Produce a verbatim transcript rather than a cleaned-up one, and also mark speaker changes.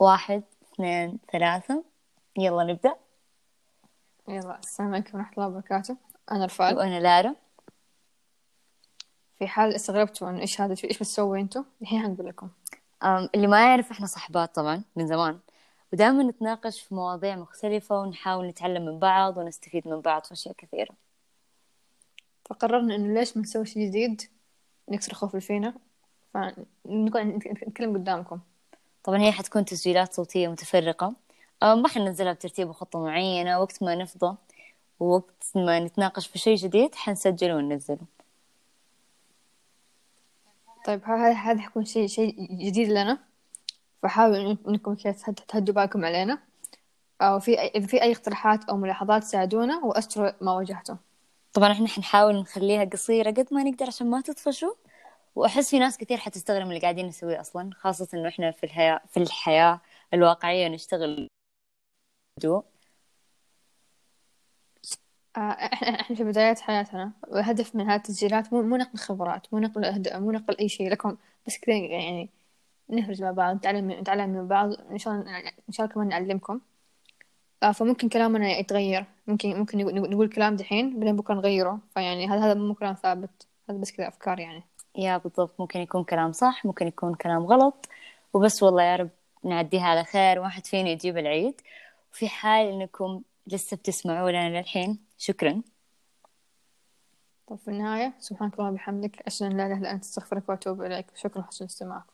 Speaker 1: واحد اثنين ثلاثة، يلا نبدأ.
Speaker 2: يلا، السلام عليكم ورحمة الله وبركاته. أنا رفال.
Speaker 1: وأنا لارا.
Speaker 2: في حال استغربتوا إنه إيش هذا، إيش بتسوي أنتوا الحين، هنقول لكم.
Speaker 1: أم اللي ما يعرف إحنا صحبات طبعا من زمان، ودائما نتناقش في مواضيع مختلفة ونحاول نتعلم من بعض ونستفيد من بعض في أشياء كثيرة.
Speaker 2: فقررنا إنه ليش ما نسوي شيء جديد نكسر خوف اللي فينا، فنقعد نتكلم قدامكم.
Speaker 1: طبعا هي حتكون تسجيلات صوتية متفرقة، أم ما حننزلها بترتيب وخطة معينة. وقت ما نفضى ووقت ما نتناقش في شيء جديد حنسجله وننزله.
Speaker 2: طيب، هذا هذا حيكون شيء شيء جديد لنا، فحاولوا إنكم كذا تهدوا بالكم علينا، أو في أي إذا في أي اقتراحات أو ملاحظات ساعدونا وأستروا ما واجهتم.
Speaker 1: طبعا احنا حنحاول نخليها قصيرة قد ما نقدر عشان ما تطفشوا، وأحس في ناس كثير حتستغرب من اللي قاعدين نسويه أصلا، خاصة إنه إحنا في الحياة في الحياة الواقعية نشتغل هدوء.
Speaker 2: آه، احنا احنا في بداية حياتنا، والهدف من هذه التسجيلات مو مو نقل خبرات، مو نقل أهد- مو نقل أي شيء لكم، بس كذا يعني نخرج مع بعض، نتعلم نتعلم من بعض، إن شاء الله إن شاء الله كمان نعلمكم. آه، فممكن كلامنا يتغير، ممكن ممكن نقول نقول كلام دحين بعدين بكرة نغيره، فيعني هذا هذا مو كلام ثابت، هذا بس كذا أفكار يعني.
Speaker 1: يا بالضبط، ممكن يكون كلام صح ممكن يكون كلام غلط، وبس والله يا رب نعديها على خير، واحد فينا يجيب العيد. وفي حال إنكم لسه بتسمعوا لنا للحين شكرا.
Speaker 2: طب في النهاية، سبحانك اللهم وبحمدك، أشهد أن لا إله إلا أنت، أستغفرك وأتوب إليك. شكرا حسن استماعكم.